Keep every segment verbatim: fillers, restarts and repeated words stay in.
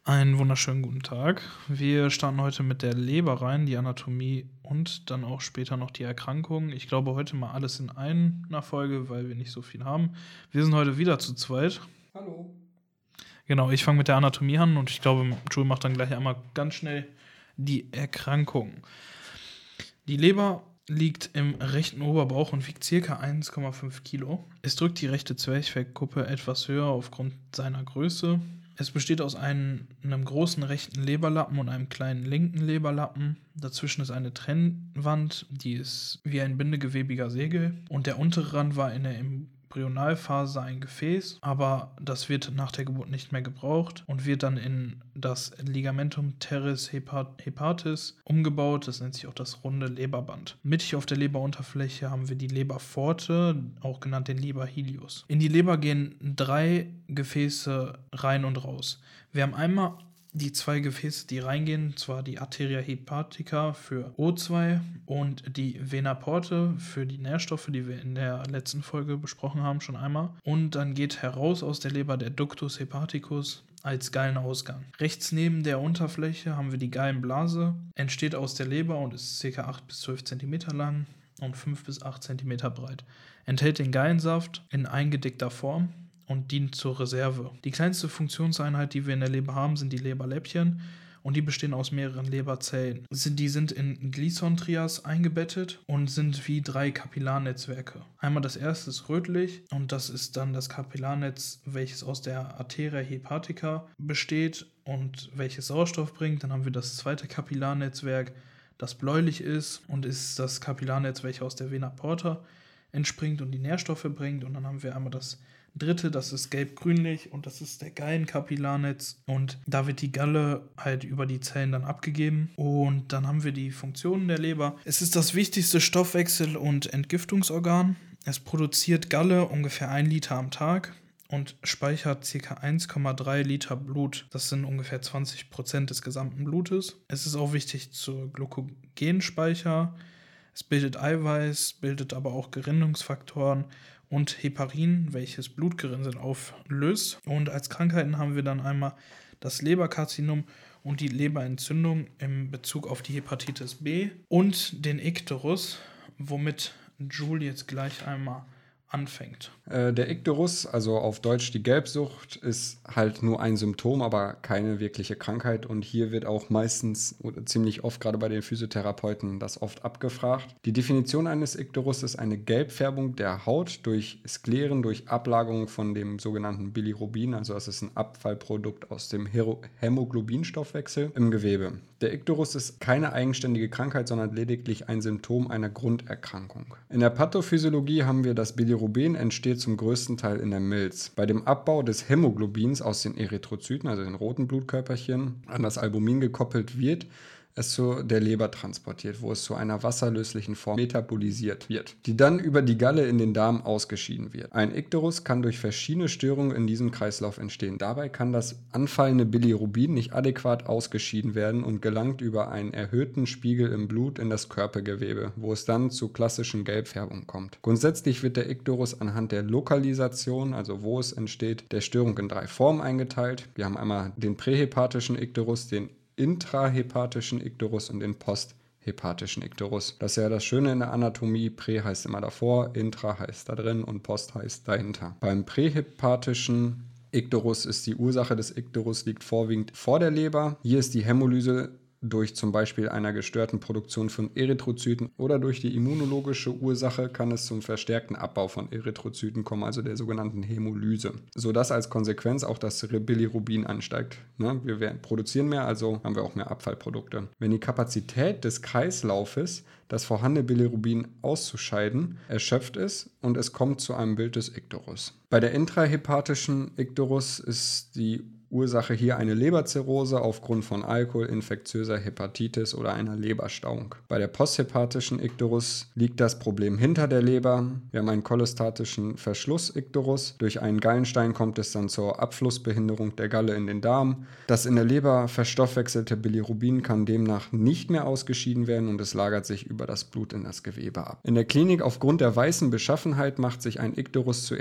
Einen wunderschönen guten Tag. Wir starten heute mit der Leber rein, die Anatomie und dann auch später noch die Erkrankungen. Ich glaube, heute mal alles in einer Folge, weil wir nicht so viel haben. Wir sind heute wieder zu zweit. Hallo. Genau, ich fange mit der Anatomie an und ich glaube, Jules macht dann gleich einmal ganz schnell die Erkrankungen. Die Leber liegt im rechten Oberbauch und wiegt ca. eins Komma fünf Kilo. Es drückt die rechte Zwerchfellkuppe etwas höher aufgrund seiner Größe. Es besteht aus einem, einem großen rechten Leberlappen und einem kleinen linken Leberlappen. Dazwischen ist eine Trennwand, die ist wie ein bindegewebiger Segel. Und der untere Rand war in der Embryonalphase ein Gefäß, aber das wird nach der Geburt nicht mehr gebraucht und wird dann in das Ligamentum teres hepatis umgebaut. Das nennt sich auch das runde Leberband. Mittig auf der Leberunterfläche haben wir die Leberpforte, auch genannt den Leberhilius. In die Leber gehen drei Gefäße rein und raus. Wir haben einmal die zwei Gefäße, die reingehen, zwar die Arteria hepatica für O zwei und die Vena porte für die Nährstoffe, die wir in der letzten Folge besprochen haben, schon einmal. Und dann geht heraus aus der Leber der Ductus hepaticus als Gallenausgang. Rechts neben der Unterfläche haben wir die Gallenblase, entsteht aus der Leber und ist ca. acht bis zwölf Zentimeter lang und fünf bis acht Zentimeter breit. Enthält den Gallensaft in eingedickter Form und dient zur Reserve. Die kleinste Funktionseinheit, die wir in der Leber haben, sind die Leberläppchen und die bestehen aus mehreren Leberzellen. Die sind in Glisson-Trias eingebettet und sind wie drei Kapillarnetzwerke. Einmal das erste ist rötlich und das ist dann das Kapillarnetz, welches aus der Arteria hepatica besteht und welches Sauerstoff bringt. Dann haben wir das zweite Kapillarnetzwerk, das bläulich ist und ist das Kapillarnetz, welches aus der Vena porta entspringt und die Nährstoffe bringt. Und dann haben wir einmal das dritte, das ist gelb-grünlich und das ist der Gallenkapillarnetz und da wird die Galle halt über die Zellen dann abgegeben und dann haben wir die Funktionen der Leber. Es ist das wichtigste Stoffwechsel- und Entgiftungsorgan. Es produziert Galle ungefähr ein Liter am Tag und speichert ca. eins Komma drei Liter Blut. Das sind ungefähr zwanzig Prozent des gesamten Blutes. Es ist auch wichtig zur Glykogenspeicher. Es bildet Eiweiß, bildet aber auch Gerinnungsfaktoren und Heparin, welches Blutgerinnsel auflöst. Und als Krankheiten haben wir dann einmal das Leberkarzinom und die Leberentzündung in Bezug auf die Hepatitis B und den Ikterus, womit Jules jetzt gleich einmal anfängt. Äh, der Ikterus, also auf Deutsch die Gelbsucht, ist halt nur ein Symptom, aber keine wirkliche Krankheit. Und hier wird auch meistens oder ziemlich oft, gerade bei den Physiotherapeuten, das oft abgefragt. Die Definition eines Ikterus ist eine Gelbfärbung der Haut durch Skleren, durch Ablagerung von dem sogenannten Bilirubin, also das ist ein Abfallprodukt aus dem Hämoglobinstoffwechsel im Gewebe. Der Ikterus ist keine eigenständige Krankheit, sondern lediglich ein Symptom einer Grunderkrankung. In der Pathophysiologie haben wir das Bilirubin, entsteht zum größten Teil in der Milz. Bei dem Abbau des Hämoglobins aus den Erythrozyten, also den roten Blutkörperchen, an das Albumin gekoppelt wird, es zu der Leber transportiert, wo es zu einer wasserlöslichen Form metabolisiert wird, die dann über die Galle in den Darm ausgeschieden wird. Ein Ikterus kann durch verschiedene Störungen in diesem Kreislauf entstehen. Dabei kann das anfallende Bilirubin nicht adäquat ausgeschieden werden und gelangt über einen erhöhten Spiegel im Blut in das Körpergewebe, wo es dann zu klassischen Gelbfärbungen kommt. Grundsätzlich wird der Ikterus anhand der Lokalisation, also wo es entsteht, der Störung in drei Formen eingeteilt. Wir haben einmal den prähepatischen Ikterus, den intrahepatischen Ikterus und den posthepatischen Ikterus. Das ist ja das Schöne in der Anatomie. Prä heißt immer davor, intra heißt da drin und post heißt dahinter. Beim prähepatischen Ikterus ist die Ursache des Ikterus liegt vorwiegend vor der Leber. Hier ist die Hämolyse durch zum Beispiel einer gestörten Produktion von Erythrozyten oder durch die immunologische Ursache kann es zum verstärkten Abbau von Erythrozyten kommen, also der sogenannten Hämolyse, sodass als Konsequenz auch das Bilirubin ansteigt. Ne? Wir werden, produzieren mehr, also haben wir auch mehr Abfallprodukte. Wenn die Kapazität des Kreislaufes, das vorhandene Bilirubin auszuscheiden, erschöpft ist und es kommt zu einem Bild des Ikterus. Bei der intrahepatischen Ikterus ist die Ursache hier eine Leberzirrhose aufgrund von Alkohol, infektiöser Hepatitis oder einer Leberstauung. Bei der posthepatischen Ikterus liegt das Problem hinter der Leber. Wir haben einen cholesthatischen Verschluss-Ikterus. Durch einen Gallenstein kommt es dann zur Abflussbehinderung der Galle in den Darm. Das in der Leber verstoffwechselte Bilirubin kann demnach nicht mehr ausgeschieden werden und es lagert sich über das Blut in das Gewebe ab. In der Klinik aufgrund der weißen Beschaffenheit macht sich ein Ikterus zuerst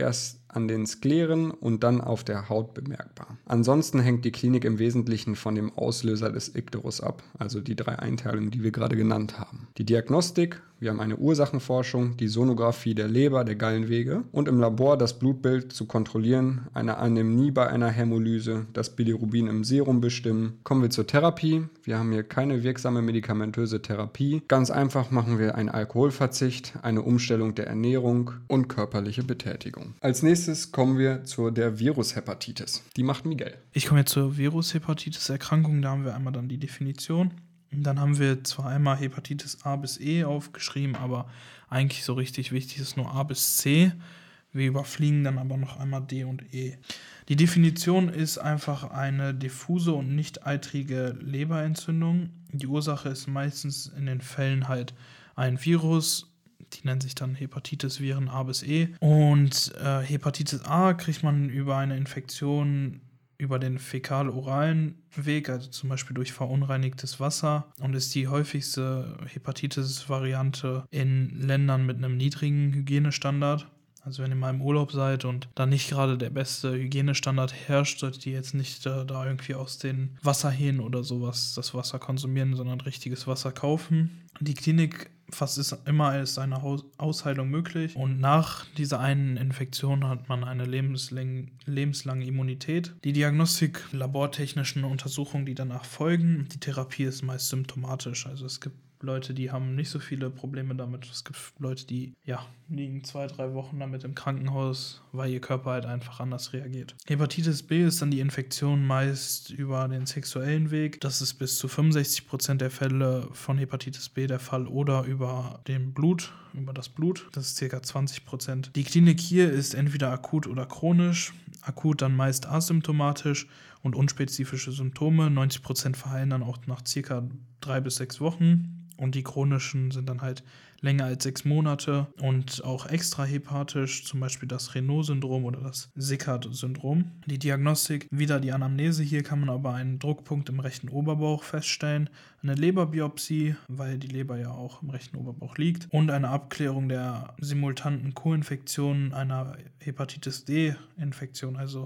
an den Skleren und dann auf der Haut bemerkbar. Ansonsten hängt die Klinik im Wesentlichen von dem Auslöser des Ikterus ab, also die drei Einteilungen, die wir gerade genannt haben. Die Diagnostik: Wir haben eine Ursachenforschung, die Sonographie der Leber, der Gallenwege und im Labor das Blutbild zu kontrollieren, eine Anämie bei einer Hämolyse, das Bilirubin im Serum bestimmen. Kommen wir zur Therapie. Wir haben hier keine wirksame medikamentöse Therapie. Ganz einfach machen wir einen Alkoholverzicht, eine Umstellung der Ernährung und körperliche Betätigung. Als nächstes kommen wir zu der Virushepatitis. Die macht Miguel. Ich komme jetzt zur Virushepatitis-Erkrankung. Da haben wir einmal dann die Definition. Dann haben wir zwar einmal Hepatitis A bis E aufgeschrieben, aber eigentlich so richtig wichtig ist nur A bis C. Wir überfliegen dann aber noch einmal D und E. Die Definition ist einfach eine diffuse und nicht eitrige Leberentzündung. Die Ursache ist meistens in den Fällen halt ein Virus. Die nennen sich dann Hepatitis-Viren A bis E. Und äh, Hepatitis A kriegt man über eine Infektion über den fäkal-oralen Weg, also zum Beispiel durch verunreinigtes Wasser, und ist die häufigste Hepatitis-Variante in Ländern mit einem niedrigen Hygienestandard. Also wenn ihr mal im Urlaub seid und da nicht gerade der beste Hygienestandard herrscht, solltet ihr jetzt nicht äh, da irgendwie aus den Wasserhähnen oder sowas das Wasser konsumieren, sondern richtiges Wasser kaufen. Die Klinik fast ist immer ist eine Haus- Ausheilung möglich, und nach dieser einen Infektion hat man eine lebenslang- lebenslange Immunität. Die Diagnostik, labortechnischen Untersuchungen, die danach folgen, die Therapie ist meist symptomatisch. Also es gibt Leute, die haben nicht so viele Probleme damit. Es gibt Leute, die ja, liegen zwei, drei Wochen damit im Krankenhaus, weil ihr Körper halt einfach anders reagiert. Hepatitis B ist dann die Infektion meist über den sexuellen Weg. Das ist bis zu fünfundsechzig Prozent der Fälle von Hepatitis B der Fall, oder über den Blut, über das Blut. Das ist ca. zwanzig Prozent. Die Klinik hier ist entweder akut oder chronisch. Akut dann meist asymptomatisch und unspezifische Symptome. neunzig Prozent verheilen dann auch nach ca. drei bis sechs Wochen. Und die chronischen sind dann halt länger als sechs Monate und auch extrahepatisch, zum Beispiel das Raynaud-Syndrom oder das Sickert-Syndrom. Die Diagnostik, wieder die Anamnese, hier kann man aber einen Druckpunkt im rechten Oberbauch feststellen, eine Leberbiopsie, weil die Leber ja auch im rechten Oberbauch liegt, und eine Abklärung der simultanten Co-Infektion einer Hepatitis D-Infektion, also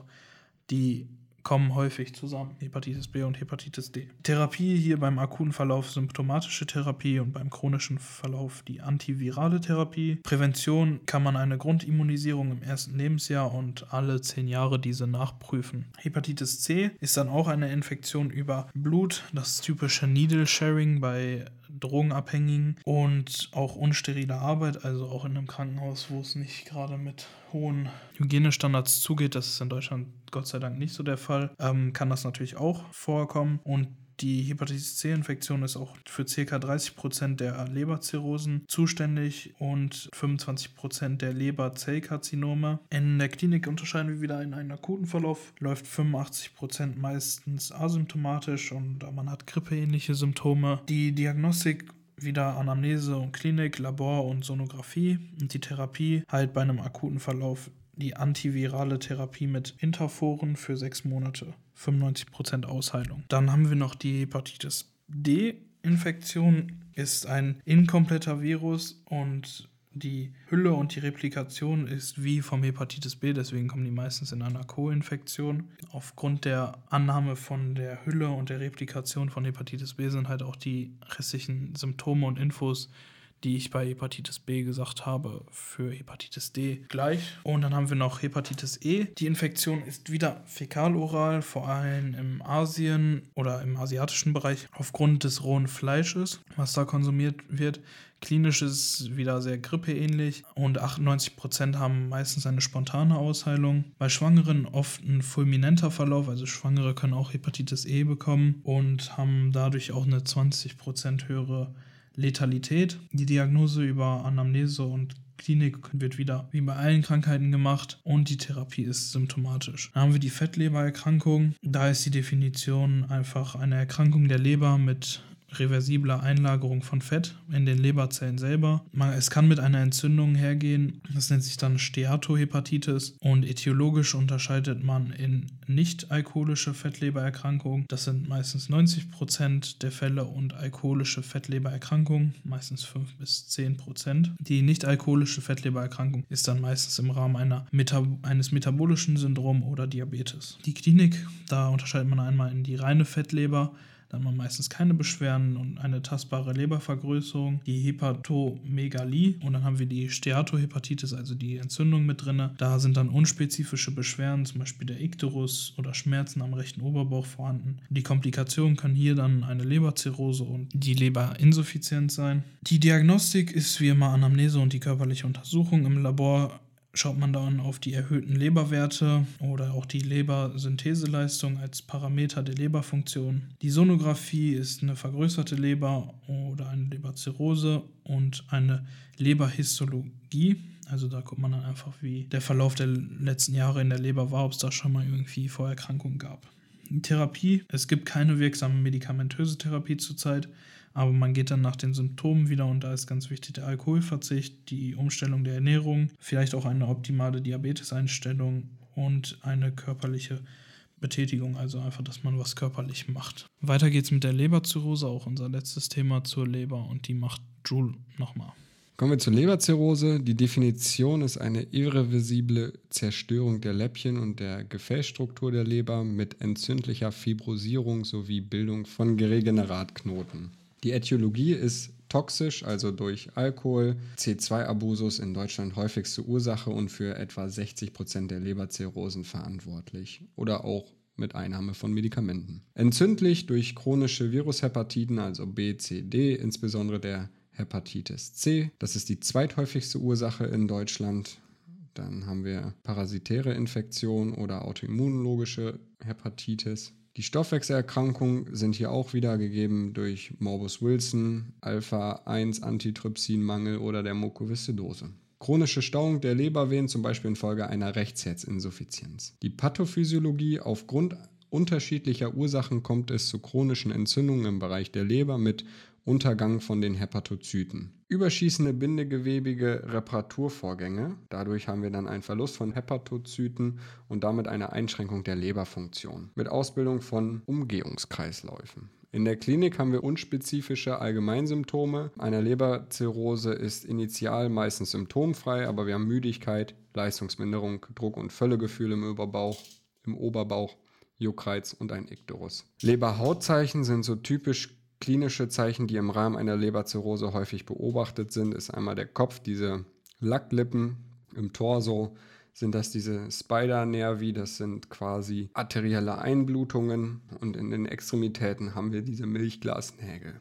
die kommen häufig zusammen, Hepatitis B und Hepatitis D. Therapie hier beim akuten Verlauf symptomatische Therapie und beim chronischen Verlauf die antivirale Therapie. Prävention kann man eine Grundimmunisierung im ersten Lebensjahr und alle zehn Jahre diese nachprüfen. Hepatitis C ist dann auch eine Infektion über Blut, das typische Needle Sharing bei Drogenabhängigen und auch unsterile Arbeit, also auch in einem Krankenhaus, wo es nicht gerade mit hohen Hygienestandards zugeht. Das ist in Deutschland Gott sei Dank nicht so der Fall. Ähm, kann das natürlich auch vorkommen, und die Hepatitis C-Infektion ist auch für ca. dreißig Prozent der Leberzirrhosen zuständig und fünfundzwanzig Prozent der Leberzellkarzinome. In der Klinik unterscheiden wir wieder in einen akuten Verlauf, läuft fünfundachtzig Prozent meistens asymptomatisch und man hat grippeähnliche Symptome. Die Diagnostik, wieder Anamnese und Klinik, Labor und Sonographie, und die Therapie halt bei einem akuten Verlauf die antivirale Therapie mit Interforen für sechs Monate, fünfundneunzig Prozent Ausheilung. Dann haben wir noch die Hepatitis D-Infektion, ist ein inkompletter Virus und die Hülle und die Replikation ist wie vom Hepatitis B, deswegen kommen die meistens in einer Co-Infektion. Aufgrund der Annahme von der Hülle und der Replikation von Hepatitis B sind halt auch die restlichen Symptome und Infos, die ich bei Hepatitis B gesagt habe, für Hepatitis D gleich. Und dann haben wir noch Hepatitis E. Die Infektion ist wieder fäkaloral, vor allem im Asien oder im asiatischen Bereich, aufgrund des rohen Fleisches, was da konsumiert wird. Klinisch ist es wieder sehr grippeähnlich und achtundneunzig Prozent haben meistens eine spontane Ausheilung. Bei Schwangeren oft ein fulminanter Verlauf, also Schwangere können auch Hepatitis E bekommen und haben dadurch auch eine zwanzig Prozent höhere Letalität. Die Diagnose über Anamnese und Klinik wird wieder wie bei allen Krankheiten gemacht und die Therapie ist symptomatisch. Dann haben wir die Fettlebererkrankung. Da ist die Definition einfach eine Erkrankung der Leber mit reversibler Einlagerung von Fett in den Leberzellen selber. Man, es kann mit einer Entzündung hergehen, das nennt sich dann Steatohepatitis, und etiologisch unterscheidet man in nicht-alkoholische Fettlebererkrankungen, das sind meistens neunzig Prozent der Fälle, und alkoholische Fettlebererkrankungen, meistens fünf bis zehn Prozent. Die nicht-alkoholische Fettlebererkrankung ist dann meistens im Rahmen einer Meta- eines metabolischen Syndroms oder Diabetes. Die Klinik, da unterscheidet man einmal in die reine Fettleber, da hat man meistens keine Beschwerden und eine tastbare Lebervergrößerung, die Hepatomegalie, und dann haben wir die Steatohepatitis, also die Entzündung mit drin. Da sind dann unspezifische Beschwerden, zum Beispiel der Ikterus oder Schmerzen am rechten Oberbauch vorhanden. Die Komplikationen können hier dann eine Leberzirrhose und die Leberinsuffizienz sein. Die Diagnostik ist wie immer Anamnese und die körperliche Untersuchung. Im Labor schaut man dann auf die erhöhten Leberwerte oder auch die Lebersyntheseleistung als Parameter der Leberfunktion. Die Sonographie ist eine vergrößerte Leber oder eine Leberzirrhose und eine Leberhistologie. Also da guckt man dann einfach, wie der Verlauf der letzten Jahre in der Leber war, ob es da schon mal irgendwie Vorerkrankungen gab. Die Therapie, es gibt keine wirksame medikamentöse Therapie zurzeit, aber man geht dann nach den Symptomen wieder, und da ist ganz wichtig der Alkoholverzicht, die Umstellung der Ernährung, vielleicht auch eine optimale Diabeteseinstellung und eine körperliche Betätigung, also einfach, dass man was körperlich macht. Weiter geht's mit der Leberzirrhose, auch unser letztes Thema zur Leber, und die macht Jule nochmal. Kommen wir zur Leberzirrhose. Die Definition ist eine irreversible Zerstörung der Läppchen und der Gefäßstruktur der Leber mit entzündlicher Fibrosierung sowie Bildung von Regeneratknoten. Die Ätiologie ist toxisch, also durch Alkohol, C zwei Abusus in Deutschland häufigste Ursache und für etwa sechzig Prozent der Leberzirrhosen verantwortlich oder auch mit Einnahme von Medikamenten. Entzündlich durch chronische Virushepatiten, also B, C, D, insbesondere der Hepatitis C. Das ist die zweithäufigste Ursache in Deutschland. Dann haben wir parasitäre Infektion oder autoimmunologische Hepatitis. Die Stoffwechselerkrankungen sind hier auch wieder gegeben durch Morbus Wilson, Alpha eins Antitrypsinmangel oder der Mukoviszidose. Chronische Stauung der Lebervenen, zum Beispiel infolge einer Rechtsherzinsuffizienz. Die Pathophysiologie: Aufgrund unterschiedlicher Ursachen kommt es zu chronischen Entzündungen im Bereich der Leber mit Untergang von den Hepatozyten. Überschießende bindegewebige Reparaturvorgänge. Dadurch haben wir dann einen Verlust von Hepatozyten und damit eine Einschränkung der Leberfunktion mit Ausbildung von Umgehungskreisläufen. In der Klinik haben wir unspezifische Allgemeinsymptome. Eine Leberzirrhose ist initial meistens symptomfrei, aber wir haben Müdigkeit, Leistungsminderung, Druck- und Völlegefühl im Überbauch, im Oberbauch, Juckreiz und ein Ikterus. Leberhautzeichen sind so typisch klinische Zeichen, die im Rahmen einer Leberzirrhose häufig beobachtet sind, ist einmal der Kopf, diese Lacklippen. Im Torso sind das diese Spider-Nervi, das sind quasi arterielle Einblutungen, und in den Extremitäten haben wir diese Milchglasnägel.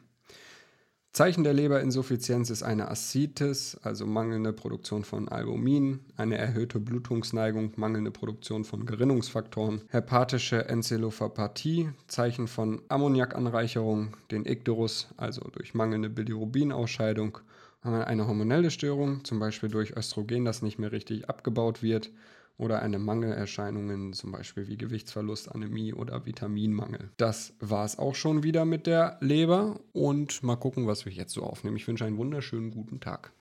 Zeichen der Leberinsuffizienz ist eine Aszites, also mangelnde Produktion von Albumin, eine erhöhte Blutungsneigung, mangelnde Produktion von Gerinnungsfaktoren, hepatische Enzephalopathie, Zeichen von Ammoniakanreicherung, den Ikterus, also durch mangelnde Bilirubinausscheidung, haben wir eine hormonelle Störung, zum Beispiel durch Östrogen, das nicht mehr richtig abgebaut wird, oder eine Mangelerscheinungen, zum Beispiel wie Gewichtsverlust, Anämie oder Vitaminmangel. Das war es auch schon wieder mit der Leber, und mal gucken, was wir jetzt so aufnehmen. Ich wünsche einen wunderschönen guten Tag.